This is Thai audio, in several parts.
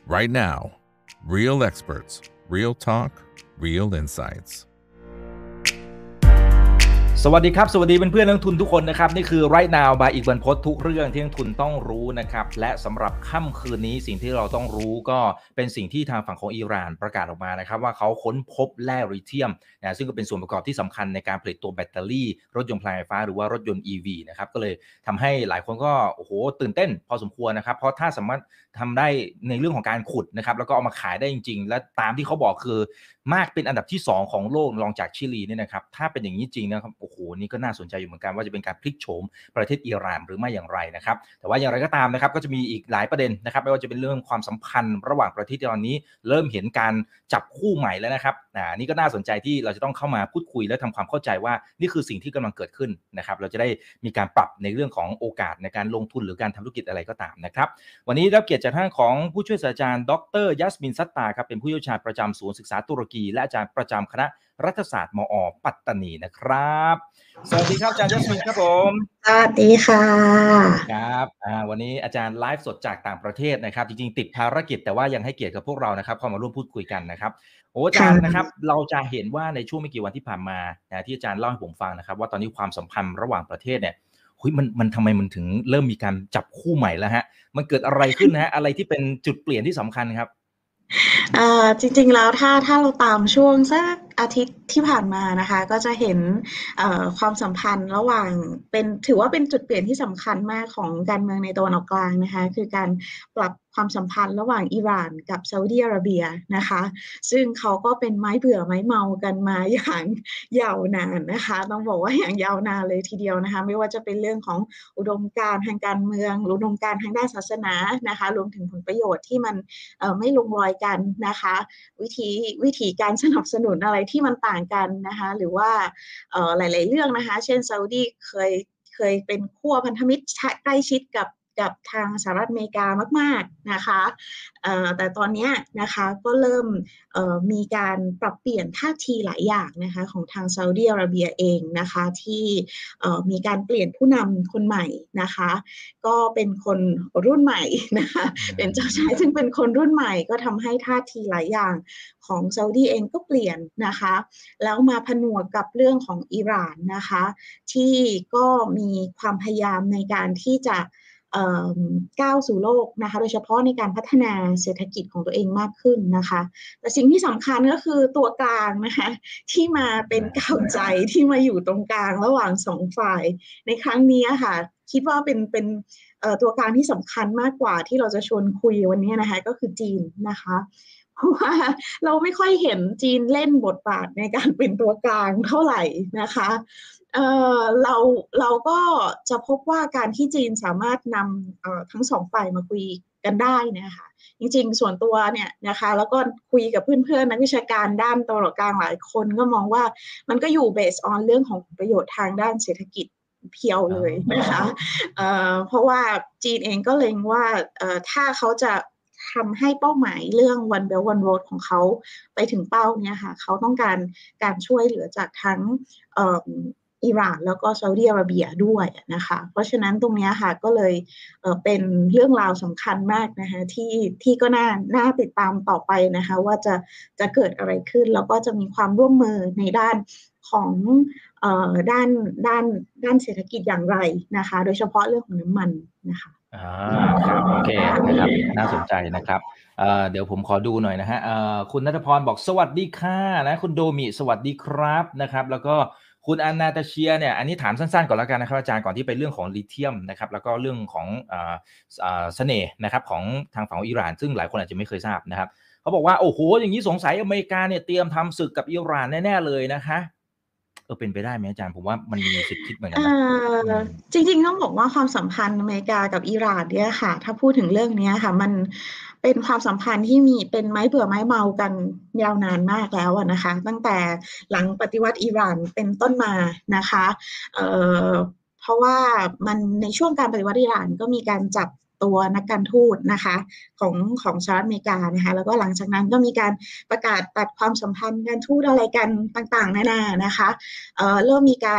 right now. Real experts, real talk, real insights. สวัสดีครับสวัสดีเพื่อนๆนักทุนทุกคนนะครับนี่คือ Right Now by อีกบรรพตทุกเรื่องที่นักทุนต้องรู้นะครับและสำหรับค่ำคืนนี้สิ่งที่เราต้องรู้ก็เป็นสิ่งที่ทางฝั่งของอิหร่านประกาศออกมานะครับว่าเขาค้นพบแร่ลิเธียมนะซึ่งก็เป็นส่วนประกอบที่สำคัญในการผลิตตัวแบตเตอรี่รถยนต์พลังไฟฟ้าหรือว่ารถยนต์ EV นะครับก็เลยทำให้หลายคนก็โอ้โหตื่นเต้นพอสมควรนะครับเพราะถ้าสามารถทำได้ในเรื่องของการขุดนะครับแล้วก็เอามาขายได้จริงๆและตามที่เขาบอกคือมากเป็นอันดับที่2ของโลกรองจากชิลีเนี่ยนะครับถ้าเป็นอย่างนี้จริงนะครับโอ้โหนี่ก็น่าสนใจอยู่เหมือนกันว่าจะเป็นการพลิกโฉมประเทศอิหร่านหรือไม่อย่างไรนะครับแต่ว่าอย่างไรก็ตามนะครับก็จะมีอีกหลายประเด็นนะครับไม่ว่าจะเป็นเรื่องความสัมพันธ์ระหว่างประเทศตอนนี้เริ่มเห็นการจับคู่ใหม่แล้วนะครับนี่ก็น่าสนใจที่เราจะต้องเข้ามาพูดคุยและทำความเข้าใจว่านี่คือสิ่งที่กำลังเกิดขึ้นนะครับเราจะได้มีการปรับในเรื่องของโอกาสในการลงทุนหรือการทำธุรกิจอะไรก็ตามนะครับวันนี้รับเกียรติจากท่านของผู้ช่วยศาสตราจารย์ดร.ยัสมินซัตตาครับเป็นผู้เชี่ยวชาญประจำศูนย์ศึกษาตุรกีและอาจารย์ประจำคณะรัฐศาสตร์มอ.ปัตตานีนะครับสวัสดีครับอาจารย์ยัสมินครับผมสวัสดีค่ะครับวันนี้อาจารย์ไลฟ์สดจากต่างประเทศนะครับจริงๆติดภารกิจแต่ว่ายังให้เกียรติกับพวกเรานะครับเข้ามาร่วมพูดคุยกันนะครับโอ้อาจารย์นะครับเราจะเห็นว่าในช่วงไม่กี่วันที่ผ่านมาที่อาจารย์เล่าให้ผมฟังนะครับว่าตอนนี้ความสัมพันธ์ระหว่างประเทศเนี่ยมันทำไมมันถึงเริ่มมีการจับคู่ใหม่แล้วฮะมันเกิดอะไรขึ้นนะฮะอะไรที่เป็นจุดเปลี่ยนที่สำคัญครับจริงๆแล้วถ้าเราตามช่วงสักอาทิตย์ที่ผ่านมานะคะก็จะเห็นความสัมพันธ์ระหว่างถือว่าเป็นจุดเปลี่ยนที่สำคัญมากของการเมืองในตะวันออกกลางนะคะคือการปรับความสัมพันธ์ระหว่างอิหร่านกับซาอุดิอาระเบียนะคะซึ่งเขาก็เป็นไม้เบื่อไม้เมากันมาอย่างยาวนานนะคะต้องบอกว่าอย่างยาวนานเลยทีเดียวนะคะไม่ว่าจะเป็นเรื่องของอุดมการณ์ทางการเมืองอุดมการณ์ทางด้านศาสนานะคะรวมถึงผลประโยชน์ที่มันไม่ลงรอยกันนะคะวิธีการสนับสนุนอะไรที่มันต่างกันนะคะหรือว่าหลายๆเรื่องนะคะเช่นซาอุดีเคยเป็นขั้วพันธมิตรใกล้ชิดกับทางสหรัฐอเมริกามากๆนะคะแต่ตอนนี้นะคะก็เริ่มมีการปรับเปลี่ยนท่าทีหลายอย่างนะคะของทางซาอุดิอาระเบียเองนะคะที่มีการเปลี่ยนผู้นำคนใหม่นะคะก็เป็นคนรุ่นใหม่นะคะเป็นเจ้าชายซึ่งเป็นคนรุ่นใหม่ก็ทำให้ท่าทีหลายอย่างของซาอุดีเองก็เปลี่ยนนะคะแล้วมาผนวกกับเรื่องของอิหร่านนะคะที่ก็มีความพยายามในการที่จะก้าวสู่โลกนะคะโดยเฉพาะในการพัฒนาเศรษฐกิจของตัวเองมากขึ้นนะคะแต่สิ่งที่สำคัญก็คือตัวกลางนะคะที่มาเป็นก้าวใจที่มาอยู่ตรงกลางระหว่างสองฝ่ายในครั้งนี้ค่ะคิดว่าเป็นตัวกลางที่สำคัญมากกว่าที่เราจะชวนคุยวันนี้นะคะก็คือจีนนะคะเพราะว่าเราไม่ค่อยเห็นจีนเล่นบทบาทในการเป็นตัวกลางเท่าไหร่นะคะเราก็จะพบว่าการที่จีนสามารถนำทั้งสองฝ่ายมาคุยกันได้นะคะจริงๆส่วนตัวเนี่ยนะคะแล้วก็คุยกับเพื่อนๆนักวิชาการด้านตะวันออกกลางหลายคนก็มองว่ามันก็อยู่ based on เรื่องของประโยชน์ทางด้านเศรษฐกิจเพียวเลยนะคะเพราะว่าจีนเองก็เล็งว่าถ้าเขาจะทำให้เป้าหมายเรื่อง One Belt One Road ของเขาไปถึงเป้าเนี่ยค่ะเขาต้องการช่วยเหลือจากทั้งอิหร่านแล้วก็ซาอุดิอาระเบียด้วยนะคะเพราะฉะนั้นตรงนี้ค่ะก็เลยเป็นเรื่องราวสำคัญมากนะคะที่ก็น่าติดตามต่อไปนะคะว่าจะเกิดอะไรขึ้นแล้วก็จะมีความร่วมมือในด้านของด้านเศรษฐกิจอย่างไรนะคะโดยเฉพาะเรื่องของน้ำมันนะคะครับโอเคนะครับน่าสนใจนะครับเดี๋ยวผมขอดูหน่อยนะฮะคุณณัฐพรบอกสวัสดีค่ะนะคุณโดมิสวัสดีครับนะครับแล้วก็คุณอานาตาเชียเนี่ยอันนี้ถามสั้นๆก่อนแล้วกันนะครับอาจารย์ก่อนที่ไปเรื่องของลิเธียมนะครับแล้วก็เรื่องของเสน่ห์นะครับของทางฝั่งอิหร่านซึ่งหลายคนอาจจะไม่เคยทราบนะครับเขาบอกว่าโอ้โหอย่างนี้สงสัยอเมริกาเนี่ยเตรียมทำศึกกับอิหร่านแน่ๆเลยนะคะเป็นไปได้ไหมอาจารย์ผมว่ามันมีสิทธิ์คิดเหมือนกันนะจริงๆต้องบอกว่าความสัมพันธ์อเมริกากับอิหร่านเนี่ยค่ะถ้าพูดถึงเรื่องนี้ค่ะมันเป็นความสัมพันธ์ที่มีเป็นไม้เบื่อไม้เมากันยาวนานมากแล้วนะคะตั้งแต่หลังปฏิวัติอิหร่านเป็นต้นมานะคะเพราะว่ามันในช่วงการปฏิวัติอิหร่านก็มีการจับตัวนักการทูตนะคะของสหรัฐอเมริกานะคะแล้วก็หลังจากนั้นก็มีการประกาศตัดความสัมพันธ์การทูตอะไรกันต่างๆนานานะคะเริ่มมีการ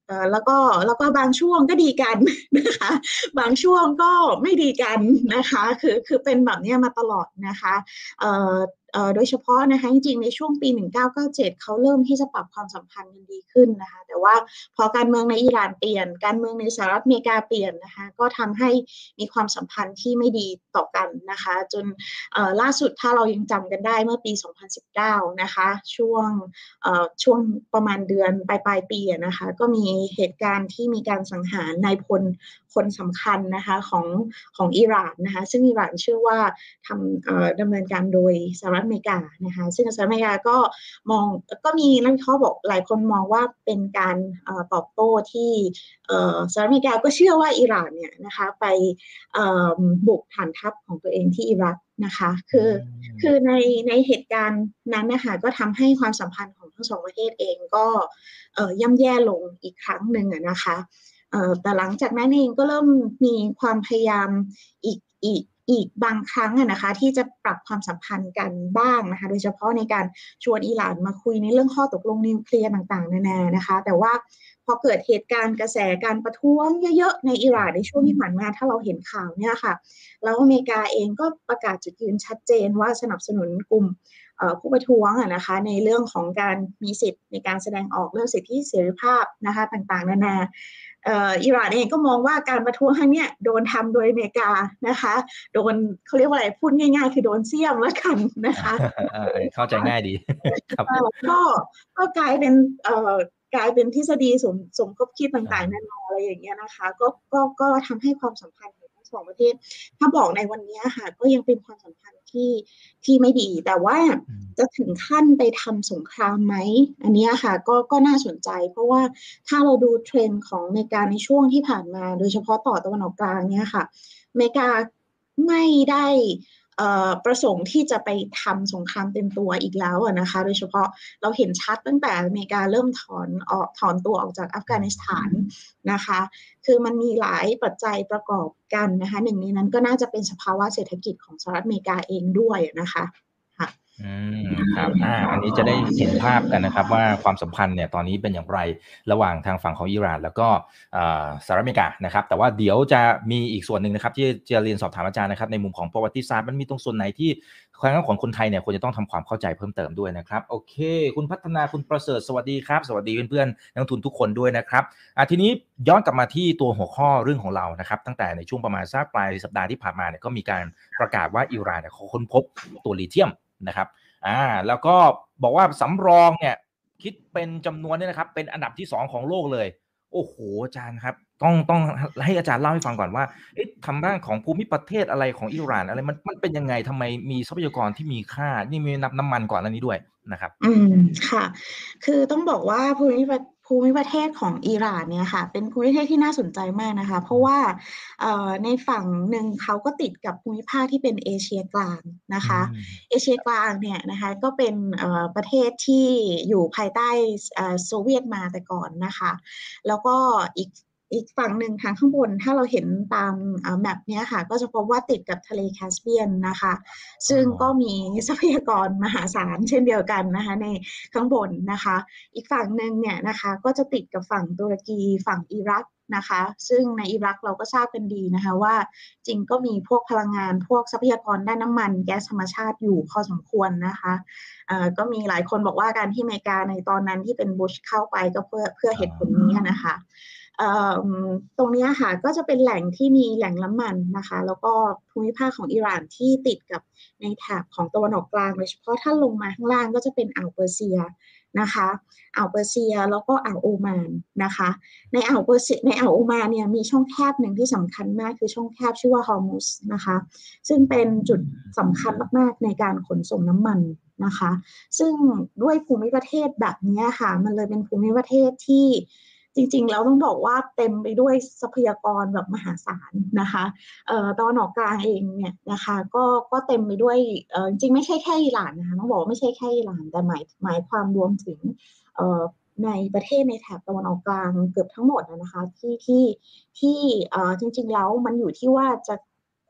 แล้วก็บางช่วงก็ดีกันนะคะบางช่วงก็ไม่ดีกันนะคะคือเป็นแบบนี้มาตลอดนะคะเอ่อโดยเฉพาะนะคะจริงๆในช่วงปี1997เขาเริ่มที่จะปรับความสัมพันธ์กันดีขึ้นนะคะแต่ว่าพอการเมืองในอิหร่านเปลี่ยนการเมืองในสหรัฐอเมริกาเปลี่ยนนะคะก็ทำให้มีความสัมพันธ์ที่ไม่ดีต่อกันนะคะจนล่าสุดถ้าเรายังจำกันได้เมื่อปี2019นะคะช่วงประมาณเดือนปลายปีนะคะก็มีเหตุการณ์ที่มีการสังหารนายพลคนสำคัญนะคะของอิหร่านนะคะซึ่งอิหร่านเชื่อว่าดำเนินการโดยสหรัฐอเมริกานะคะซึ่งสหรัฐอเมริกาก็มองก็มีนักวิเคราะห์บอกหลายคนมองว่าเป็นการตอบโต้ที่สหรัฐอเมริกาก็เชื่อว่าอิหร่านเนี่ยนะคะไปบุกฐานทัพของตัวเองที่อิรักนะคะคือในเหตุการณ์นั้นนะคะก็ทำให้ความสัมพันธ์ของทั้งสองประเทศเองก็ย่ำแย่ลงอีกครั้งหนึ่งนะคะแต่หลังจากนั้นเองก็เริ่มมีความพยายามอีกบางครั้งนะคะที่จะปรับความสัมพันธ์กันบ้างนะคะโดยเฉพาะในการชวนอิหร่านมาคุยในเรื่องข้อตกลงนิวเคลียร์ต่างๆนานานะคะแต่ว่าพอเกิดเหตุการณ์กระแสการประท้วงเยอะๆในอิหร่านในช่วงที่ผ่านมาถ้าเราเห็นข่าวเนี่ยค่ะแล้วอเมริกาเองก็ประกาศจุดยืนชัดเจนว่าสนับสนุนกลุ่มผู้ประท้วงนะคะในเรื่องของการมีสิทธิ์ในการแสดงออกเรื่องสิทธิเสรีภาพนะคะต่างๆนานาอิหร่านเองก็มองว่าการประท้วงครั้งนี้โดนทำโดยอเมริกานะคะโดนเขาเรียกว่าอะไรพูดง่ายๆคือโดนเสี้ยมแล้วกันนะคะเข้าใจง่ายดีครับก็กลายเป็นทฤษฎีสมคบคิดต่างๆนานาอะไรอย่างเงี้ยนะคะก็ทำให้ความสัมพันธ์ของทั้งสองประเทศถ้าบอกในวันนี้ค่ะก็ยังเป็นความสัมพันธ์ที่ไม่ดีแต่ว่าจะถึงขั้นไปทำสงครามไหมอันนี้ค่ะก็น่าสนใจเพราะว่าถ้าเราดูเทรนด์ของอเมริกาในช่วงที่ผ่านมาโดยเฉพาะต่อตะวันออกกลางเนี่ยค่ะอเมริกาไม่ได้ประสงค์ที่จะไปทำสงครามเต็มตัวอีกแล้วนะคะโดยเฉพาะเราเห็นชัดตั้งแต่อเมริกาเริ่มถอนตัวออกจากอัฟกานิสถานนะคะคือมันมีหลายปัจจัยประกอบกันนะคะหนึ่งในนั้นก็น่าจะเป็นสภาวะเศรษฐกิจของสหรัฐอเมริกาเองด้วยนะคะครับอันนี้จะได้เห็นภาพกันนะครับว่าความสัมพันธ์เนี่ยตอนนี้เป็นอย่างไรระหว่างทางฝั่งของอิหร่านแล้วก็สหรัฐอเมริกานะครับแต่ว่าเดี๋ยวจะมีอีกส่วนหนึ่งนะครับที่จะเรียนสอบถามอาจารย์นะครับในมุมของประวัติศาสตร์มันมีตรงส่วนไหนที่ครั้งของคนไทยเนี่ยควรจะต้องทำความเข้าใจเพิ่มเติมด้วยนะครับโอเคคุณพัฒนาคุณประเสริฐสวัสดีครับสวัสดีเพื่อนๆนักลงทุนทุกคนด้วยนะครับทีนี้ย้อนกลับมาที่ตัวหัวข้อเรื่องของเรานะครับตั้งแต่ในช่วงประมาณสักปลายสัปดาห์ที่ผ่านมาเนี่ยก็มีการประกาศว่าอิหร่านเนี่ยเขาค้นพบตัวลิเธียมนะครับแล้วก็บอกว่าสำรองเนี่ยคิดเป็นจำนวนเนี่ยนะครับเป็นอันดับที่2ของโลกเลยโอ้โหอาจารย์ครับต้องให้อาจารย์เล่าให้ฟังก่อนว่าทางด้านของภูมิประเทศอะไรของอิหร่านอะไรมันเป็นยังไงทำไมมีทรัพยากรที่มีค่านี่มีน้ำมันก่อนอันนี้ด้วยนะครับค่ะคือต้องบอกว่าภูมิประเทศของอิหร่านเนี่ยค่ะเป็นภูมิประเทศที่น่าสนใจมากนะคะเพราะว่าในฝั่งหนึ่งเขาก็ติดกับภูมิภาคที่เป็นเอเชียกลางนะคะเอเชียกลางเนี่ยนะคะก็เป็นประเทศที่อยู่ภายใต้โซเวียตมาแต่ก่อนนะคะแล้วก็อีกฝั่งหนึ่งทางข้างบนถ้าเราเห็นตามแมปเนี้ยค่ะก็จะพบว่าติดกับทะเลแคสเปียนนะคะซึ่งก็มีทรัพยากรมหาศาลเช่นเดียวกันนะคะในข้างบนนะคะอีกฝั่งหนึ่งเนี่ยนะคะก็จะติดกับฝั่งตุรกีฝั่งอิรักนะคะซึ่งในอิรักเราก็ทราบกันดีนะคะว่าจริงก็มีพวกพลังงานพวกทรัพยากรด้านน้ำมันแก๊สธรรมชาติอยู่พอสมควรนะคะก็มีหลายคนบอกว่าการที่อเมริกาในตอนนั้นที่เป็นบุชเข้าไปก็เพื่อเหตุผลนี้นะคะตรงนี้ค่ะก็จะเป็นแหล่งที่มีแหล่งน้ำมันนะคะแล้วก็ภูมิภาคของอิหร่านที่ติดกับในแถบของตะวันออกกลางโดยเฉพาะถ้าลงมาข้างล่างก็จะเป็นอ่าวเปอร์เซียนะคะอ่าวเปอร์เซียแล้วก็อ่าวโอมานนะคะในอ่าวโอมานเนี่ยมีช่องแคบหนึ่งที่สำคัญมากคือช่องแคบชื่อว่าฮอร์มุสนะคะซึ่งเป็นจุดสำคัญมากๆในการขนส่งน้ำมันนะคะซึ่งด้วยภูมิประเทศแบบนี้ค่ะมันเลยเป็นภูมิประเทศที่จริงๆแล้วต้องบอกว่าเต็มไปด้วยทรัพยากรแบบมหาศาลนะคะตะวันออกกลางเองเนี่ยนะคะก็เต็มไปด้วยจริงๆไม่ใช่แค่อิหร่านนะคะต้องบอกว่าไม่ใช่แค่อิหร่านแต่หมายความรวมถึงในประเทศในแถบตะวันออกกลางเกือบทั้งหมดนะคะที่จริงๆแล้วมันอยู่ที่ว่าจะขุด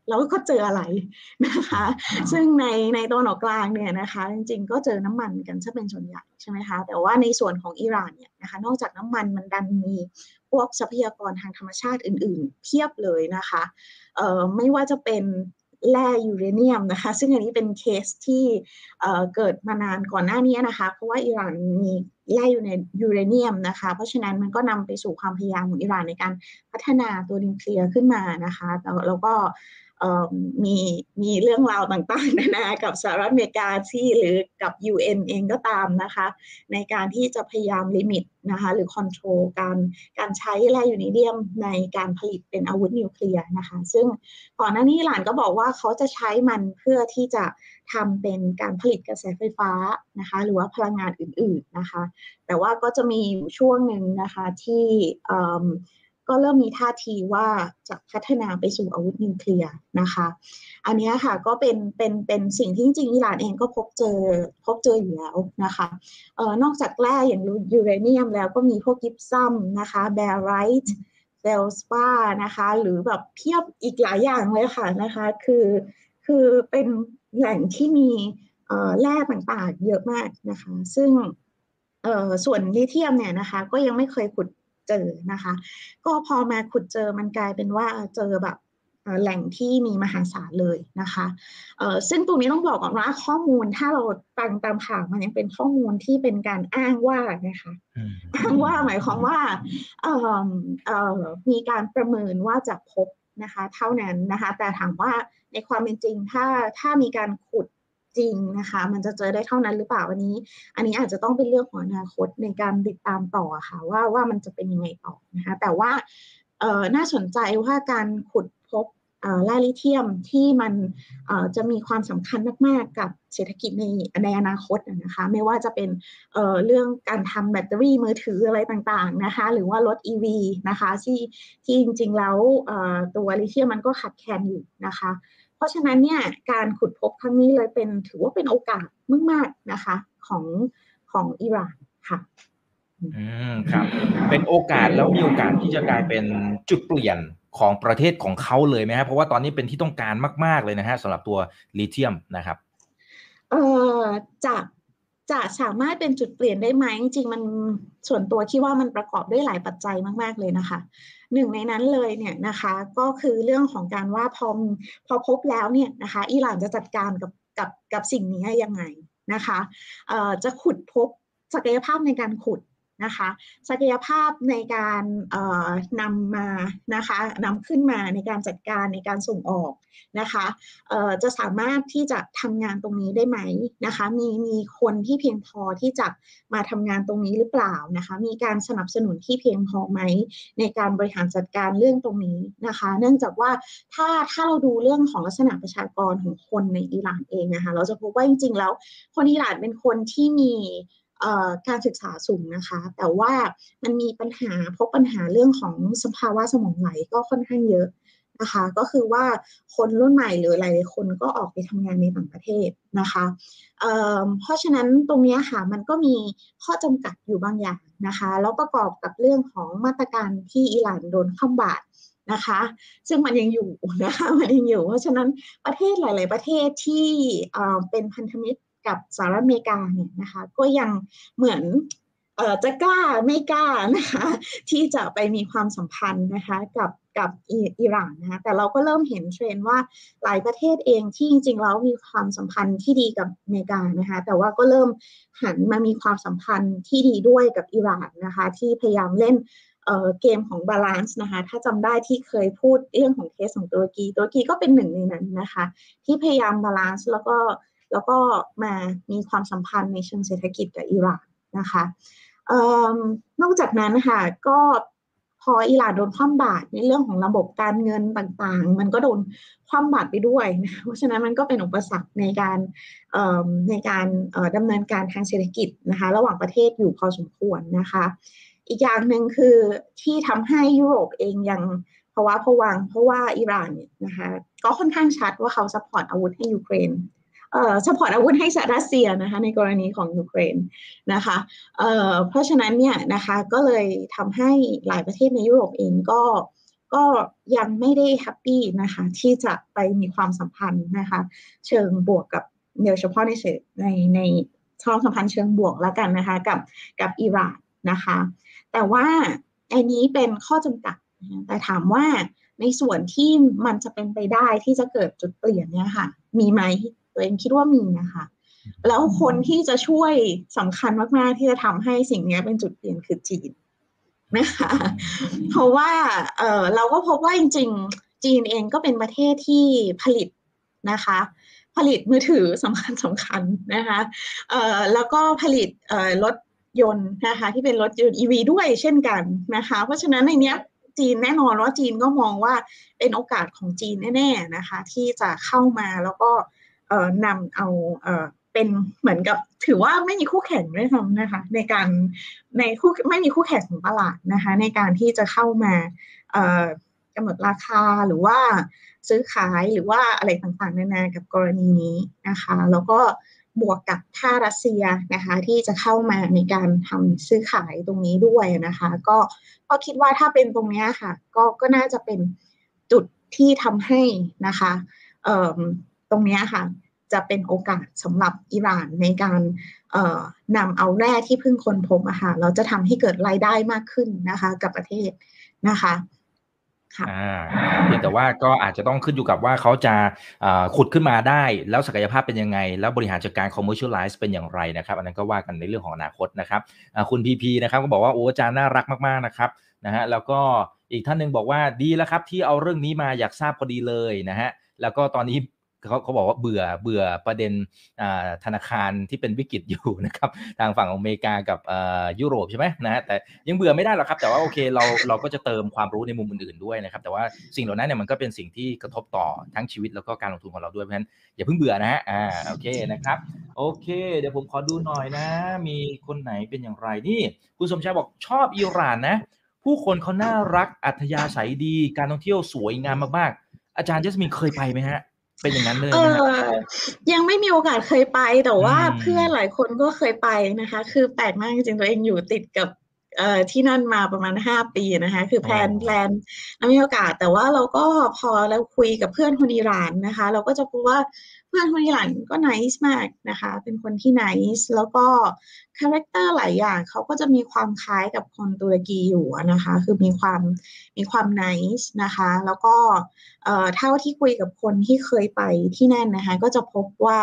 แล้วก็เจออะไรนะคะซึ่งในตะวันออกกลางเนี่ยนะคะจริงๆก็เจอน้ำมันกันซะเป็นส่วนใหญ่ใช่ไหมคะแต่ว่าในส่วนของอิหร่านเนี่ยนะคะนอกจากน้ำมันมันดันมีพวกทรัพยากรทางธรรมชาติอื่นๆเพียบเลยนะคะไม่ว่าจะเป็นแร่ยูเรเนียมนะคะซึ่งอันนี้เป็นเคสที่เกิดมานานก่อนหน้านี้นะคะเพราะว่าอิหร่านมีแร่ยูเรเนียมนะคะเพราะฉะนั้นมันก็นำไปสู่ความพยายามของอิหร่านในการพัฒนาตัวนิวเคลียร์ขึ้นมานะคะแล้วก็มีเรื่องราวต่างๆนานากับสหรัฐอเมริกาที่หรือกับ UN เองก็ตามนะคะในการที่จะพยายามลิมิตนะคะหรือคอนโทรลการใช้แร่ยูเรเนียมในการผลิตเป็นอาวุธนิวเคลียร์นะคะซึ่งก่อนหน้านี้อิหร่านก็บอกว่าเขาจะใช้มันเพื่อที่จะทำเป็นการผลิตกระแสไฟฟ้านะคะหรือว่าพลังงานอื่นๆนะคะแต่ว่าก็จะมีช่วงหนึ่งนะคะที่ก็เริ่มมีท่าทีว่าจะพัฒนาไปสู่อาวุธนิวเคลียร์นะคะอันนี้ค่ะก็เป็นสิ่งที่จริงๆอิหร่านเองก็พบเจออยู่แล้วนะคะนอกจากแร่อย่างยูเรเนียมแล้วก็มีพวกกิปซัมนะคะแบรไรท์เฟลสปานะคะหรือแบบเพียบอีกหลายอย่างเลยค่ะนะคะคือเป็นแหล่งที่มีแร่ต่างๆเยอะมากนะคะซึ่งส่วนลิเธียมเนี่ยนะคะก็ยังไม่เคยขุดเจอนะคะก็พอมาขุดเจอมันกลายเป็นว่าเจอแบบแหล่งที่มีมหาศาลเลยนะคะซึ่งตรงนี้ต้องบอกก่อนว่าข้อมูลถ้าเราฟังตามข่าวมันยังเป็นข้อมูลที่เป็นการอ้างว่านะคะอ้างว่าหมายความว่ามีการประเมินว่าจะพบนะคะเท่านั้นนะคะแต่ถามว่าในความเป็นจริงถ้ามีการขุดจริงนะคะมันจะเจอได้เท่านั้นหรือเปล่าอันนี้อาจจะต้องเป็นเรื่องของอนาคตในการติดตามต่อค่ะว่ามันจะเป็นยังไงต่อนะคะแต่ว่าน่าสนใจว่าการขุดพบแร่ลิเธียมที่มันจะมีความสำคัญมากๆกับเศรษฐกิจในอนาคตนะคะไม่ว่าจะเป็นเรื่องการทำแบตเตอรี่มือถืออะไรต่างๆนะคะหรือว่ารถ EV นะคะที่จริงๆแล้วตัวลิเธียมมันก็ขาดแคลนอยู่นะคะเพราะฉะนั้นเนี่ยการขุดพบครั้งนี้เลยถือว่าเป็นโอกาสมากๆนะคะของอิหร่านค่ะครับเป็นโอกาสแล้วมีโอกาสที่จะกลายเป็นจุดเปลี่ยนของประเทศของเขาเลยไหมครับเพราะว่าตอนนี้เป็นที่ต้องการมากๆเลยนะฮะสำหรับตัวลิเธียมนะครับจะสามารถเป็นจุดเปลี่ยนได้ไหมจริงๆมันส่วนตัวคิดว่ามันประกอบด้วยหลายปัจจัยมากๆเลยนะคะหนึ่งในนั้นเลยเนี่ยนะคะก็คือเรื่องของการว่าพอพบแล้วเนี่ยนะคะอิหร่านจะจัดการกับสิ่งนี้ยังไงนะคะจะขุดพบศักยภาพในการขุดนะคะศักยภาพในการนำมานะคะนำขึ้นมาในการจัดการในการส่งออกนะคะจะสามารถที่จะทำงานตรงนี้ได้ไหมนะคะมีคนที่เพียงพอที่จะมาทำงานตรงนี้หรือเปล่านะคะมีการสนับสนุนที่เพียงพอไหมในการบริหารจัดการเรื่องตรงนี้นะคะเนื่องจากว่าถ้าเราดูเรื่องของลักษณะประชากรของคนในอิหร่านเองนะคะเราจะพบว่าจริงๆแล้วคนอิหร่านเป็นคนที่มีการศึกษาสูงนะคะแต่ว่ามันมีพบปัญหาเรื่องของสภาวะสมองไหลก็ค่อนข้างเยอะนะคะก็คือว่าคนรุ่นใหม่หรือหลายๆคนก็ออกไปทำงานในต่างประเทศนะคะเพราะฉะนั้นตรงนี้ค่ะมันก็มีข้อจำกัดอยู่บางอย่างนะคะแล้วประกอบกับเรื่องของมาตรการที่อิหร่านโดนคว่ำบาตรนะคะซึ่งมันยังอยู่นะคะมันยังอยู่เพราะฉะนั้นประเทศหลายๆประเทศที่เป็นพันธมิตรกับสหรัฐอเมริกาเนี่ยนะคะก็ยังเหมือนจะกล้าไม่กล้านะคะที่จะไปมีความสัมพันธ์นะคะกับอิหร่านนะคะแต่เราก็เริ่มเห็นเทรนด์ว่าหลายประเทศเองที่จริงๆแล้วมีความสัมพันธ์ที่ดีกับอเมริกานะคะแต่ว่าก็เริ่มหันมามีความสัมพันธ์ที่ดีด้วยกับอิหร่านนะคะที่พยายามเล่นเกมของบาลานซ์นะคะถ้าจำได้ที่เคยพูดเรื่องของเคสของตุรกีก็เป็นหนึ่งในนั้นนะคะที่พยายามบาลานซ์แล้วก็มามีความสัมพันธ์ในเชิงเศรษฐกิจกับอิหร่านนะคะนอกจากนั้นค่ะก็พออิหร่านโดนคว่ำบาตรในเรื่องของระบบการเงินต่างๆมันก็โดนคว่ำบาตรไปด้วยนะเพราะฉะนั้นมันก็เป็นอุปสรรคในการดำเนินการทางเศรษฐกิจนะคะระหว่างประเทศอยู่พอสมควรนะคะอีกอย่างหนึ่งคือที่ทำให้ยุโรปเองยังภาวะผวาเพราะว่าอิหร่านเนี่ยนะคะก็ค่อนข้างชัดว่าเขาซัพพอร์ตอาวุธให้ยูเครนซัพพอร์ตอาวุธให้รัสเซียนะคะในกรณีของยูเครนนะคะเพราะฉะนั้นเนี่ยนะคะก็เลยทำให้หลายประเทศในยุโรปเองก็ก็ยังไม่ได้แฮปปี้นะคะที่จะไปมีความสัมพันธ์นะคะเชิงบวกกับโดยเฉพาะในความสัมพันธ์เชิงบวกแล้วกันนะคะกับอิหร่านนะคะแต่ว่าอันนี้เป็นข้อจำกัดแต่ถามว่าในส่วนที่มันจะเป็นไปได้ที่จะเกิดจุดเปลี่ยนเนี่ยค่ะมีไหมตัวเองคิดว่ามีนะคะแล้วคนที่จะช่วยสำคัญมากๆที่จะทำให้สิ่งนี้เป็นจุดเปลี่ยนคือจีนนะคะเพราะว่าเราก็พบว่าจริงๆจีนเองก็เป็นประเทศที่ผลิตนะคะผลิตมือถือสำคัญนะคะแล้วก็ผลิตรถยนต์นะคะที่เป็นรถยนต์ EV ด้วยเช่นกันนะคะเพราะฉะนั้นในเนี้ยจีนแน่นอนว่าจีนก็มองว่าเป็นโอกาสของจีนแน่ๆนะคะที่จะเข้ามาแล้วก็นำเอาเป็นเหมือนกับถือว่าไม่มีคู่แข่งด้วยซ้ำนะคะไม่มีคู่แข่งของตลาดนะคะในการที่จะเข้ามากำหนดราคาหรือว่าซื้อขายหรือว่าอะไรต่างๆนานากับกรณีนี้นะคะแล้วก็บวกกับท่ารัสเซียนะคะที่จะเข้ามาในการทำซื้อขายตรงนี้ด้วยนะคะก็คิดว่าถ้าเป็นตรงนี้ค่ะก็น่าจะเป็นจุดที่ทำให้นะคะตรงนี้ค่ะจะเป็นโอกาสสำหรับอิหร่านในการนำเอาแร่ที่เพิ่งค้นพบเราจะทำให้เกิดรายได้มากขึ้นนะคะกับประเทศนะคะเพียงแต่ว่าก็อาจจะต้องขึ้นอยู่กับว่าเขาจะขุดขึ้นมาได้แล้วศักยภาพเป็นยังไงแล้วบริหารจัดการ commercialize เป็นอย่างไรนะครับอันนั้นก็ว่ากันในเรื่องของอนาคตนะครับคุณพีพีนะครับก็บอกว่าโอ้อาจารย์น่ารักมากๆนะครับนะฮะแล้วก็อีกท่านนึงบอกว่าดีแล้วครับที่เอาเรื่องนี้มาอยากทราบพอดีเลยนะฮะแล้วก็ตอนนี้เขาบอกว่าเบื่อประเด็นธนาคารที่เป็นวิกฤตอยู่นะครับทางฝั่งอเมริกากับยุโรปใช่ไหมนะฮะแต่ยังเบื่อไม่ได้หรอกครับแต่ว่าโอเคเราก็จะเติมความรู้ในมุมอื่นๆด้วยนะครับแต่ว่าสิ่งเหล่านั้นเนี่ยมันก็เป็นสิ่งที่กระทบต่อทั้งชีวิตแล้วก็การลงทุนของเราด้วยเพราะฉะนั้นอย่าเพิ่งเบื่อนะฮะโอเคนะครับโอเคเดี๋ยวผมขอดูหน่อยนะมีคนไหนเป็นอย่างไรนี่คุณสมชายบอกชอบอิหร่านนะผู้คนเขาน่ารักอัธยาศัยดีการท่องเที่ยวสวยงามมากๆอาจารย์เจสมินเคยไปไหมฮะเป็นอย่างนั้นเลยยังไม่มีโอกาสเคยไปแต่ว่าเพื่อนหลายคนก็เคยไปนะคะคือแปลกมากจริงๆตัวเองอยู่ติดกับที่นั่นมาประมาณ5 ปีนะคะคือแพลนแล้วมีโอกาสแต่ว่าเราก็พอเราคุยกับเพื่อนคนอิหร่านนะคะเราก็จะพบว่าเพื่อนคนอิหร่านก็ nice มากนะคะเป็นคนที่ nice แล้วก็คาแรคเตอร์หลายอย่างเขาก็จะมีความคล้ายกับคนตุรกีอยู่นะคะคือมีความ nice นะคะแล้วก็เท่าที่คุยกับคนที่เคยไปที่นั่นนะคะก็จะพบว่า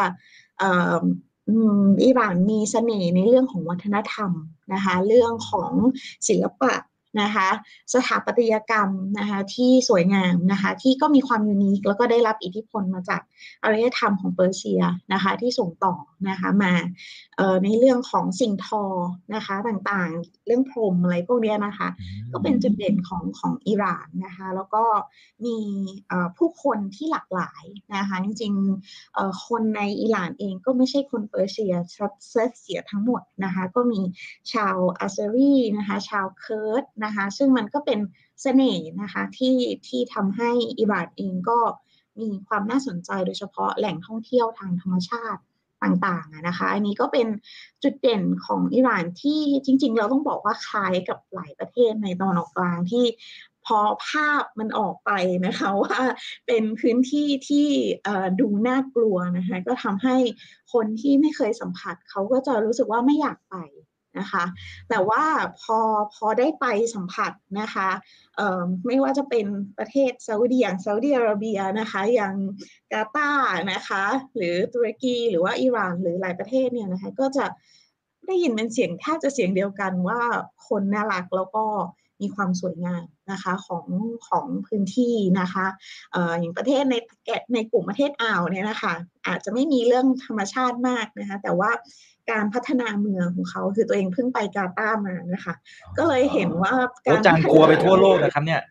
อิหร่านมีเสน่ห์ในเรื่องของวัฒนธรรมนะคะเรื่องของศิลปะนะคะสถาปัตยกรรมนะคะที่สวยงามนะคะที่ก็มีความยูนิคแล้วก็ได้รับอิทธิพลมาจากอารยธรรมของเปอร์เซียนะคะที่ส่งต่อนะคะมาในเรื่องของสิ่งทอนะคะต่างๆเรื่องพรมอะไรพวกนี้นะคะก็เป็นจุดเด่นของอิหร่านนะคะแล้วก็มีผู้คนที่หลากหลายนะคะจริงๆคนในอิหร่านเองก็ไม่ใช่คนเปอร์เซียเสียทั้งหมดนะคะก็มีชาวอาเซรีนะคะชาวเคิร์ดนะคะซึ่งมันก็เป็นเสน่ห์นะคะที่ทำให้อิหร่านเองก็มีความน่าสนใจโดยเฉพาะแหล่งท่องเที่ยวทางธรรมชาติต่างๆนะคะอันนี้ก็เป็นจุดเด่นของอิหร่านที่จริงๆเราต้องบอกว่าคล้ายกับหลายประเทศในตะวันออกกลางที่พอภาพมันออกไปนะคะว่าเป็นพื้นที่ที่ดูน่ากลัวนะคะก็ทำให้คนที่ไม่เคยสัมผัสเขาก็จะรู้สึกว่าไม่อยากไปนะคะแต่ว่าพอได้ไปสัมผัสนะคะไม่ว่าจะเป็นประเทศซาอุดีอย่างซาอุดิอาระเบียนะคะอย่างกาตาร์นะคะหรือตุรกีหรือว่าอิหร่านหรือหลายประเทศเนี่ยนะคะก็จะได้ยินเป็นเสียงแทบจะเสียงเดียวกันว่าคนน่ารักแล้วก็มีความสวยงามนะคะของพื้นที่นะคะอย่างประเทศในกลุ่มประเทศอ่าวเนี่ยนะคะอาจจะไม่มีเรื่องธรรมชาติมากนะคะแต่ว่าการพัฒนาเมืองของเขาคือตัวเองเพิ่งไปกาตาร์มานะคะก็เลยเห็นว่าการจางกลัวไปทั่วโลกนะครับเนี่ย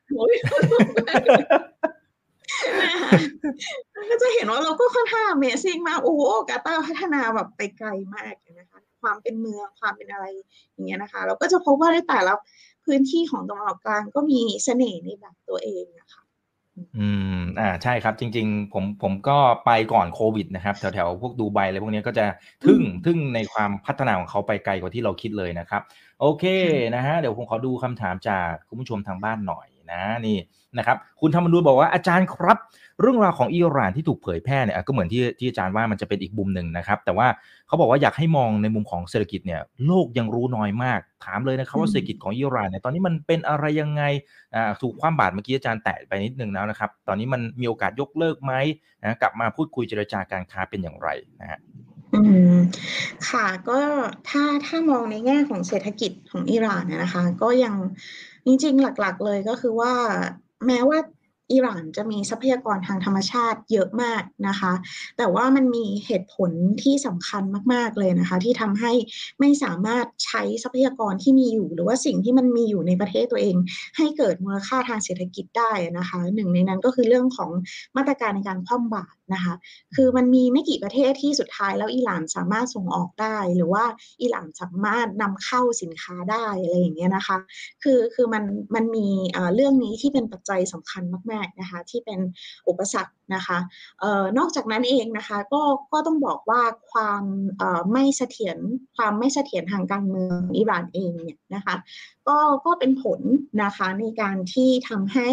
ก็จะเห็นว่าเราก็ค่อนข้าง Amazing มากโอ้โหกาตาร์พัฒนาแบบไปไกลมากนะคะความเป็นเมืองความเป็นอะไรอย่างเงี้ยนะคะเราก็จะพบว่าในแต่ละพื้นที่ของตะวันออกกลางก็มีเสน่ห์ในแบบตัวเองนะคะใช่ครับจริงๆผมก็ไปก่อนโควิดนะครับแถวๆพวกดูไบอะไรพวกนี้ก็จะทึ่งในความพัฒนาของเขาไปไกลกว่าที่เราคิดเลยนะครับโอเคนะฮะเดี๋ยวผมขอดูคำถามจากคุณผู้ชมทางบ้านหน่อยนะนี่นะครับคุณธรรมนูญบอกว่าอาจารย์ครับเรื่องราวของอิหร่านที่ถูกเผยแพร่เนี่ยก็เหมือนที่อาจารย์ว่ามันจะเป็นอีกมุมหนึ่งนะครับแต่ว่าเขาบอกว่าอยากให้มองในมุมของเศรษฐกิจเนี่ยโลกยังรู้น้อยมากถามเลยนะครับว่าเศรษฐกิจของอิหร่านเนี่ยตอนนี้มันเป็นอะไรยังไงถูกคว่ำบาตรเมื่อกี้อาจารย์แตะไปนิดนึงแล้วนะครับตอนนี้มันมีโอกาสยกเลิกไหมนะกลับมาพูดคุยเจรจาการค้าเป็นอย่างไรนะฮะค่ะก็ถ้ามองในแง่ของเศรษฐกิจของอิหร่านนะคะก็ยังจริงๆหลักๆเลยก็คือว่าแม้ว่าอิหร่านจะมีทรัพยากรทางธรรมชาติเยอะมากนะคะแต่ว่ามันมีเหตุผลที่สำคัญมากๆเลยนะคะที่ทำให้ไม่สามารถใช้ทรัพยากรที่มีอยู่หรือว่าสิ่งที่มันมีอยู่ในประเทศตัวเองให้เกิดมูลค่าทางเศรษฐกิจได้นะคะหนึ่งในนั้นก็คือเรื่องของมาตรการในการคว่ำบาตรนะคะคือมันมีไม่กี่ประเทศที่สุดท้ายแล้วอิหร่านสามารถส่งออกได้หรือว่าอิหร่านสามารถนำเข้าสินค้าได้อะไรอย่างเงี้ยนะคะคือมันมีเรื่องนี้ที่เป็นปัจจัยสำคัญมากๆนะคะที่เป็นอุปสรรคนะคะนอกจากนั้นเองนะคะก็ต้องบอกว่าความไม่เสถียรทางการเมืองอิหร่านเองเนี่ยนะคะก็เป็นผลนะคะในการที่ทำให้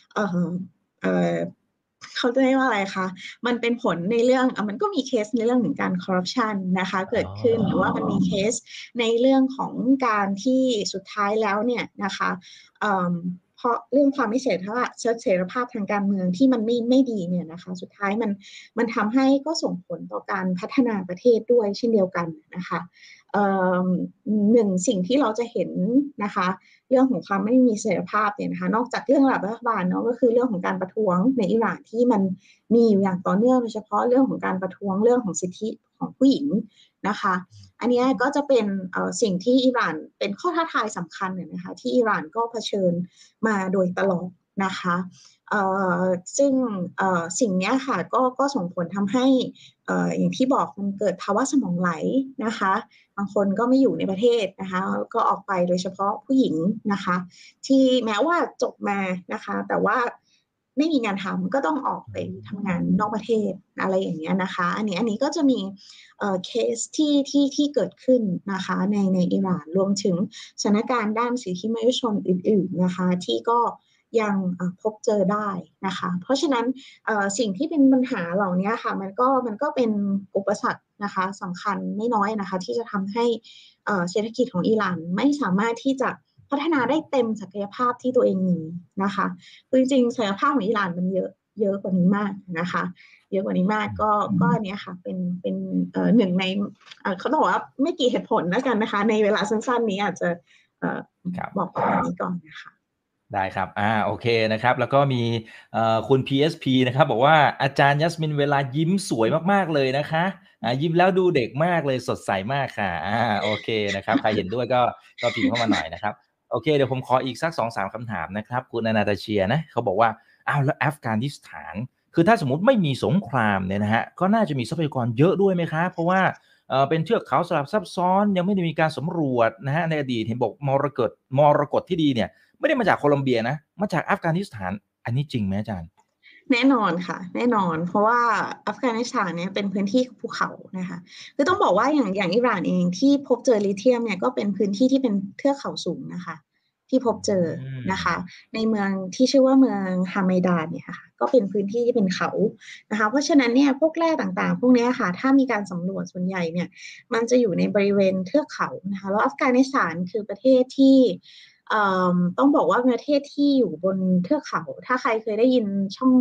เขาจะเรียกว่าอะไรคะมันเป็นผลในเรื่องมันก็มีเคสในเรื่องของการคอร์รัปชันนะคะเกิดขึ้นหรือว่ามันมีเคสในเรื่องของการที่สุดท้ายแล้วเนี่ยนะคะเพราะเรื่องความไม่เสถียรภาพทางการเมืองที่มันไม่ดีเนี่ยนะคะสุดท้ายมันทำให้ก็ส่งผลต่อการพัฒนาประเทศด้วยเช่นเดียวกันนะคะหนึ่งสิ่งที่เราจะเห็นนะคะเรื่องของความไม่มีเสถียรภาพเนี่ยนะคะนอกจากเรื่องระดับรัฐบาลเนาะก็คือเรื่องของการประท้วงในอิหร่านที่มันมีอยู่อย่างต่อเนื่องโดยเฉพาะเรื่องของการประท้วงเรื่องของสิทธิของผู้หญิงนะคะอันนี้ก็จะเป็นสิ่งที่อิหร่านเป็นข้อท้าทายสำคัญนะคะที่อิหร่านก็เผชิญมาโดยตลอดนะคะซึ่งสิ่งนี้ค่ะก็ส่งผลทำให้อย่างที่บอกมันเกิดภาวะสมองไหลนะคะบางคนก็ไม่อยู่ในประเทศนะคะก็ออกไปโดยเฉพาะผู้หญิงนะคะที่แม้ว่าจบมานะคะแต่ว่าไม่มีงานทำก็ต้องออกไปทำงานนอกประเทศอะไรอย่างเงี้ยนะคะอันนี้ก็จะมีเคสที่เกิดขึ้นนะคะในอิหร่านรวมถึงสถานการณ์ด้านสิทธิมนุษยชนอื่นๆนะคะที่ก็ยังพบเจอได้นะคะเพราะฉะนั้นสิ่งที่เป็นปัญหาเหล่านี้ค่ะมันก็เป็นอุปสรรคนะคะสำคัญไม่น้อยนะคะที่จะทำให้เศรษฐกิจของอิหร่านไม่สามารถที่จะพัฒนาได้เต็มศักยภาพที่ตัวเองมีนะคะคือจริงๆศักยภาพของอิหร่านมันเยอะกว่านี้มากนะคะเยอะกว่านี้มากก็อันนี้ค่ะเป็นหนึ่งในเขาต้องบอกว่าไม่กี่เหตุผลแล้วกันนะคะในเวลาสั้นๆนี้อาจจะบอกประมาณนี้ก่อนนะคะได้ครับโอเคนะครับแล้วก็มีคุณ PSP นะครับบอกว่าอาจารย์ยัสมินเวลายิ้มสวยมากๆเลยนะคะยิ้มแล้วดูเด็กมากเลยสดใสมากค่ะโอเคนะครับใครเห็นด้วยก็พิมพ์เข้ามาหน่อยนะครับโอเคเดี๋ยวผมขออีกสัก 2-3 คำถามนะครับคุณอนาตาเชียนะเขาบอกว่าแล้วอัฟกานิสถานคือถ้าสมมุติไม่มีสงครามเนี่ยนะฮะก็น่าจะมีทรัพยากรเยอะด้วยไหมคะเพราะว่าเป็นเทือกเขาสลับซับซ้อนยังไม่ได้มีการสำรวจนะฮะในอดีตเห็นบอกมรกตที่ดีเนี่ยไม่ได้มาจากโคลอมเบียนะมาจากอัฟกานิสถานอันนี้จริงไหมอาจารย์แน่นอนค่ะแน่นอนเพราะว่าอัฟกานิสถานเนี่ยเป็นพื้นที่ภูเขานะคะคือต้องบอกว่าอย่างอิหร่านเองที่พบเจอลิเธียมเนี่ยก็เป็นพื้นที่ที่เป็นเทือกเขาสูงนะคะที่พบเจอนะคะในเมืองที่ชื่อว่าเมืองฮาไมดานเนี่ยค่ะก็เป็นพื้นที่ที่เป็นเขานะคะเพราะฉะนั้นเนี่ยพวกแร่ต่างๆพวกนี้ค่ะถ้ามีการสำรวจส่วนใหญ่เนี่ยมันจะอยู่ในบริเวณเทือกเขานะคะแล้วอัฟกานิสถานคือประเทศที่ต้องบอกว่าประเทศที่อยู่บนเทือกเขาถ้าใครเคยได้ยินช่อง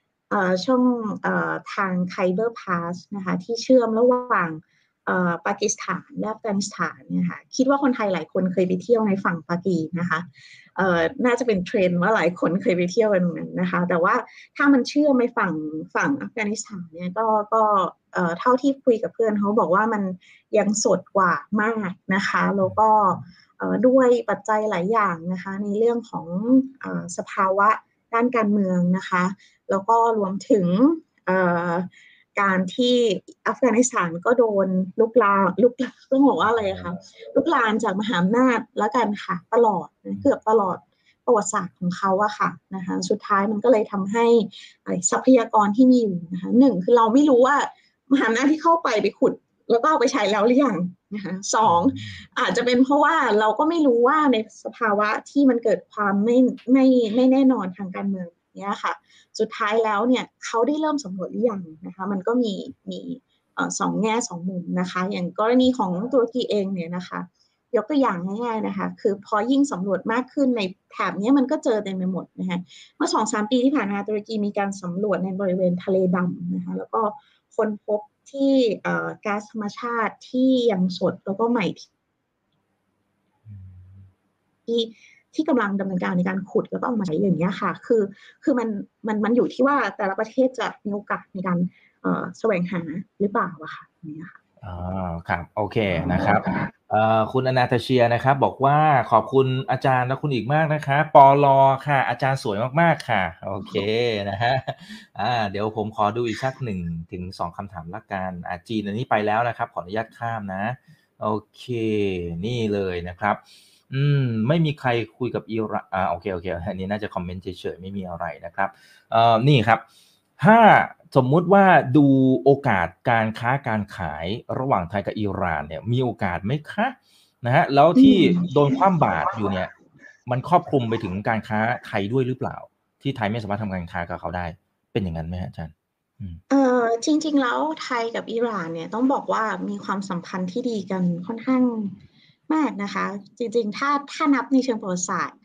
ทางไคเบอร์พาสนะคะที่เชื่อมระหว่างปากีสถานและอัฟกานิสถานเนี่ยค่ะคิดว่าคนไทยหลายคนเคยไปเที่ยวในฝั่งปากีนะคะน่าจะเป็นเทรนด์ว่าหลายคนเคยไปเที่ยวกันตรงนั้นนะคะแต่ว่าถ้ามันเชื่อมไปฝั่งอัฟกานิสถานเนี่ยก็เท่าที่คุยกับเพื่อนเขาบอกว่ามันยังสดกว่ามากนะคะแล้วก็ด้วยปัจจัยหลายอย่างนะคะในเรื่องของสภาวะด้านการเมืองนะคะแล้วก็รวมถึงการที่อัฟกานิสถานก็โดนลุกลามต้องบอกว่าอะไรคะลุกลามจากมหาอำนาจแล้วกันค่ะตลอดเกือบตลอดประวัติศาสตร์ของเขาอะค่ะนะคะสุดท้ายมันก็เลยทำให้ทรัพยากรที่มีอยู่นะคะหนึ่งคือเราไม่รู้ว่ามหาอำนาจที่เข้าไปขุดแล้วก็เอาไปใช้แล้วหรือยังนะคะสองอาจจะเป็นเพราะว่าเราก็ไม่รู้ว่าในสภาวะที่มันเกิดความไม่แน่นอนทางการเมืองเนี้ยค่ะสุดท้ายแล้วเนี่ยเขาได้เริ่มสำรวจหรือยังนะคะมันก็มีสองแง่สองมุมนะคะอย่างกรณีของตุรกีเองเนี่ยนะคะยกตัวอย่างง่ายๆนะคะคือพอยิ่งสำรวจมากขึ้นในแถบนี้มันก็เจอเต็มไปหมดนะคะเมื่อ 2-3 ปีที่ผ่านมาตุรกีมีการสำรวจในบริเวณทะเลดำนะคะแล้วก็ค้นพบที่ก๊าซธรรมชาติที่ยังสดแล้วก็ใหม่ที่กำลังดำเนินการในการขุดแล้วก็เอามาใช้อย่างนี้ค่ะคือมันอยู่ที่ว่าแต่ละประเทศจะมีโอกาสในการแสวงหาหรือเปล่าอะค่ะนี่ค่ะครับโอเคนะครับคุณอนาตาเชียนะครับบอกว่าขอบคุณอาจารย์และคุณอีกมากนะคะปลค่ะอาจารย์สวยมากๆค่ะโอเคนะฮะเดี๋ยวผมขอดูอีกสัก1 ถึง 2คำถามละกันจีนอันนี้ไปแล้วนะครับขออนุญาตข้ามนะโอเคนี่เลยนะครับไม่มีใครคุยกับอิหร่านโอเคอันนี้น่าจะคอมเมนต์เฉยๆไม่มีอะไรนะครับนี่ครับถ้าสมมุติว่าดูโอกาสการค้าการขายระหว่างไทยกับอิหร่านเนี่ยมีโอกาสไหมคะนะฮะแล้วที่โดนคว่ำบาตรอยู่เนี่ยมันครอบคลุมไปถึงการค้าไทยด้วยหรือเปล่าที่ไทยไม่สามารถทำการค้ากับเขาได้เป็นอย่างนั้นไหมฮะอาจารย์จริงๆแล้วไทยกับอิหร่านเนี่ยต้องบอกว่ามีความสัมพันธ์ที่ดีกันค่อนข้างมากนะคะจริงๆถ้านับในเชิงประวัติศาสตร์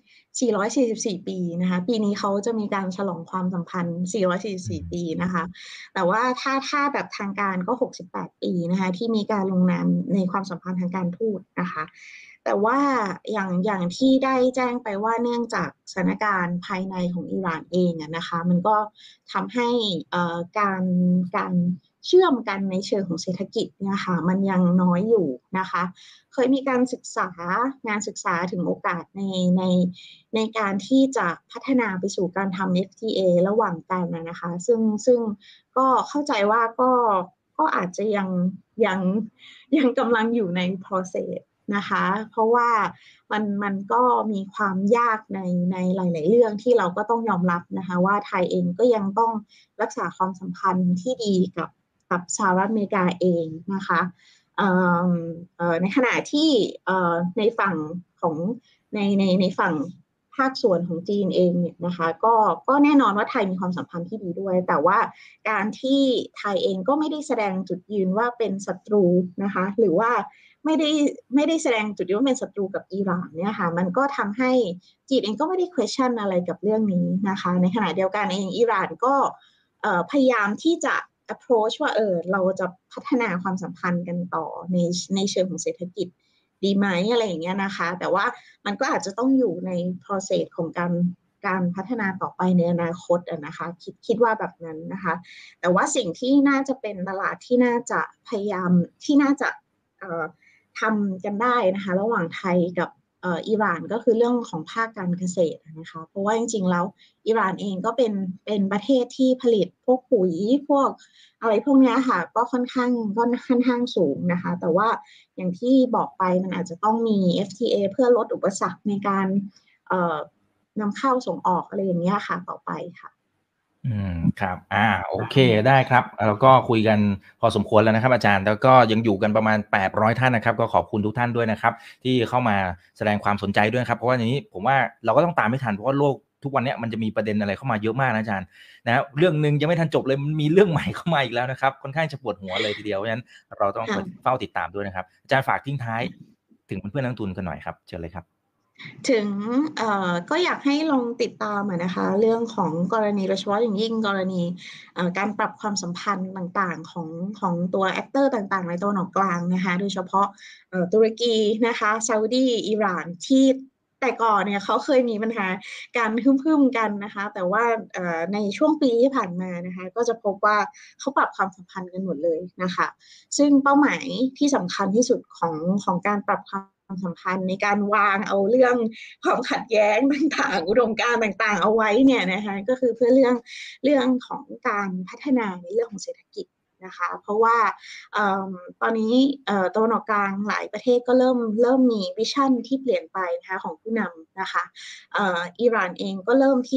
444 ปีนะคะปีนี้เขาจะมีการฉลองความสัมพันธ์444 ปีนะคะแต่ว่าถ้าแบบทางการก็68 ปีนะคะที่มีการลงนามในความสัมพันธ์ทางการทูตนะคะแต่ว่าอย่างที่ได้แจ้งไปว่าเนื่องจากสถานการณ์ภายในของอิหร่านเองนะคะมันก็ทำให้การเชื่อมกันในเชิงของเศรษฐกิจเนี่ยค่ะมันยังน้อยอยู่นะคะเคยมีการศึกษาถึงโอกาสในการที่จะพัฒนาไปสู่การทำ FTA ระหว่างกันนะคะซึ่งก็เข้าใจว่าก็อาจจะยังกำลังอยู่ใน process นะคะเพราะว่ามันก็มีความยากในหลายๆเรื่องที่เราก็ต้องยอมรับนะคะว่าไทยเองก็ยังต้องรักษาความสัมพันธ์ที่ดีกับสหรัฐอเมริกาเองนะคะในขณะที่ในฝั่งของในฝั่งภาคส่วนของจีนเองเนี่ยนะคะก็แน่นอนว่าไทยมีความสัมพันธ์ที่ดีด้วยแต่ว่าการที่ไทยเองก็ไม่ได้แสดงจุดยืนว่าเป็นศัตรูนะคะหรือว่าไม่ได้แสดงจุดยืนว่าเป็นศัตรูกับอิหร่านเนี่ยค่ะมันก็ทำให้จีนเองก็ไม่ได้ question อะไรกับเรื่องนี้นะคะในขณะเดียวกันเองอิหร่านก็พยายามที่จะ approach ว่าเราจะพัฒนาความสัมพันธ์กันต่อในเชิงของเศรษฐกิจดีไหมอะไรอย่างเงี้ยนะคะแต่ว่ามันก็อาจจะต้องอยู่ใน process ของการพัฒนาต่อไปในอนาคตนะคะคิดว่าแบบนั้นนะคะแต่ว่าสิ่งที่น่าจะเป็นตลาดที่น่าจะพยายามที่น่าจะทำกันได้นะคะระหว่างไทยกับอิหร่านก็คือเรื่องของภาคการเกษตรนะคะเพราะว่าจริงๆแล้วอิหร่านเองก็เป็นประเทศที่ผลิตพวกปุ๋ยพวกอะไรพวกนี้ค่ะก็ค่อนข้างสูงนะคะแต่ว่าอย่างที่บอกไปมันอาจจะต้องมี FTA เพื่อลดอุปสรรคในการนำเข้าส่งออกอะไรอย่างเงี้ยค่ะต่อไปค่ะครับโอเคได้ครับเราก็คุยกันพอสมควรแล้วนะครับอาจารย์แล้วก็ยังอยู่กันประมาณ800ท่านนะครับก็ขอบคุณทุกท่านด้วยนะครับที่เข้ามาแสดงความสนใจด้วยครับเพราะว่าอย่างนี้ผมว่าเราก็ต้องตามให้ทันเพราะว่าโลกทุกวันนี้มันจะมีประเด็นอะไรเข้ามาเยอะมากนะอาจารย์นะเรื่องนึงยังไม่ทันจบเลยมันมีเรื่องใหม่เข้ามาอีกแล้วนะครับค่อนข้างจะปวดหัวเลยทีเดียวเพราะฉะนั้นเราต้องเฝ้าติดตามด้วยนะครับอาจารย์ฝากทิ้งท้ายถึงเพื่อนนักลงทุนกันหน่อยครับเชิญเลยครับถึงก็อยากให้ลองติดตามนะคะเรื่องของกรณีโดยเฉพาะอย่างยิ่งกรณีการปรับความสัมพันธ์ต่างๆของตัวแอคเตอร์ต่างๆในตะวันออกกลางนะคะโดยเฉพาะตุรกีนะคะซาอุดีอิหร่านที่แต่ก่อนเนี่ยเขาเคยมีปัญหาการพึ่มกันนะคะแต่ว่าในช่วงปีที่ผ่านมานะคะก็จะพบว่าเขาปรับความสัมพันธ์กันหมดเลยนะคะซึ่งเป้าหมายที่สำคัญที่สุดของการปรับความสัมพันธ์ในการวางเอาเรื่องความขัดแย้งต่างๆอุดมการณ์ต่างๆเอาไว้เนี่ยนะคะก็คือเพื่อเรื่องของการพัฒนาในเรื่องของเศรษฐกิจนะคะเพราะว่าตอนนี้ตะวันออกกลางหลายประเทศก็เริ่มมีวิชั่นที่เปลี่ยนไปนะคะของผู้นำนะคะอิหร่านเองก็เริ่มที่จะ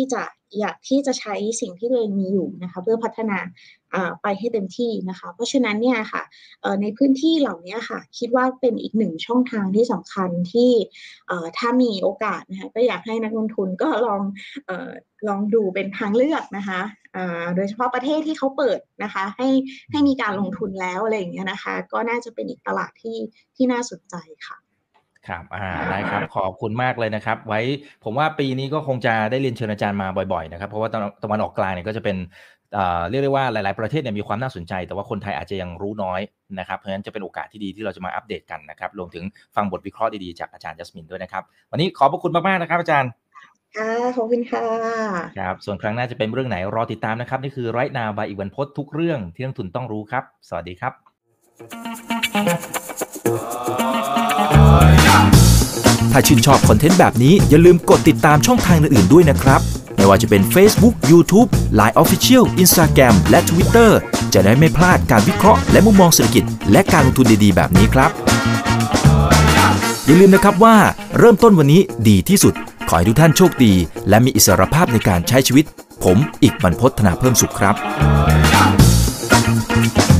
อยากที่จะใช้สิ่งที่ตัวเองมีอยู่นะคะเพื่อพัฒนาไปให้เต็มที่นะคะเพราะฉะนั้นเนี่ยค่ะในพื้นที่เหล่านี้ค่ะคิดว่าเป็นอีกหนึ่งช่องทางที่สำคัญที่ถ้ามีโอกาสนะคะก็อยากให้นักลงทุนก็ลองดูเป็นทางเลือกนะคะโดยเฉพาะประเทศที่เขาเปิดนะคะให้มีการลงทุนแล้วอะไรอย่างเงี้ยนะคะก็น่าจะเป็นอีกตลาดที่น่าสนใจค่ะครับได้ครับขอบคุณมากเลยนะครับไว้ผมว่าปีนี้ก็คงจะได้เรียนเชิญอาจารย์มาบ่อยๆนะครับเพราะว่าตะวันออกกลางเนี่ยก็จะเป็นเรียกได้ว่าหลายๆประเทศเนี่ยมีความน่าสนใจแต่ว่าคนไทยอาจจะยังรู้น้อยนะครับเพราะฉะนั้นจะเป็นโอกาสที่ดีที่เราจะมาอัปเดตกันนะครับรวมถึงฟังบทวิเคราะห์ดีๆจากอาจารย์จัสมินด้วยนะครับวันนี้ขอบพระคุณมากๆนะครับอาจารย์ขอบคุณค่ะครับส่วนครั้งหน้าจะเป็นเรื่องไหนรอติดตามนะครับนี่คือ Right Now by อีกบรรพตทุกเรื่องที่นักทุนต้องรู้ครับสวัสดีครับถ้าชื่นชอบคอนเทนต์แบบนี้อย่าลืมกดติดตามช่องทางอื่นๆด้วยนะครับไม่ว่าจะเป็น Facebook, YouTube, Line Official, Instagram และ Twitter จะได้ไม่พลาดการวิเคราะห์และมุมมองเศรษฐกิจและการลงทุนดีๆแบบนี้ครับอย่าลืมนะครับว่าเริ่มต้นวันนี้ดีที่สุดขอให้ทุกท่านโชคดีและมีอิสรภาพในการใช้ชีวิตผมอีกบรรพต ธนาเพิ่มสุขครับ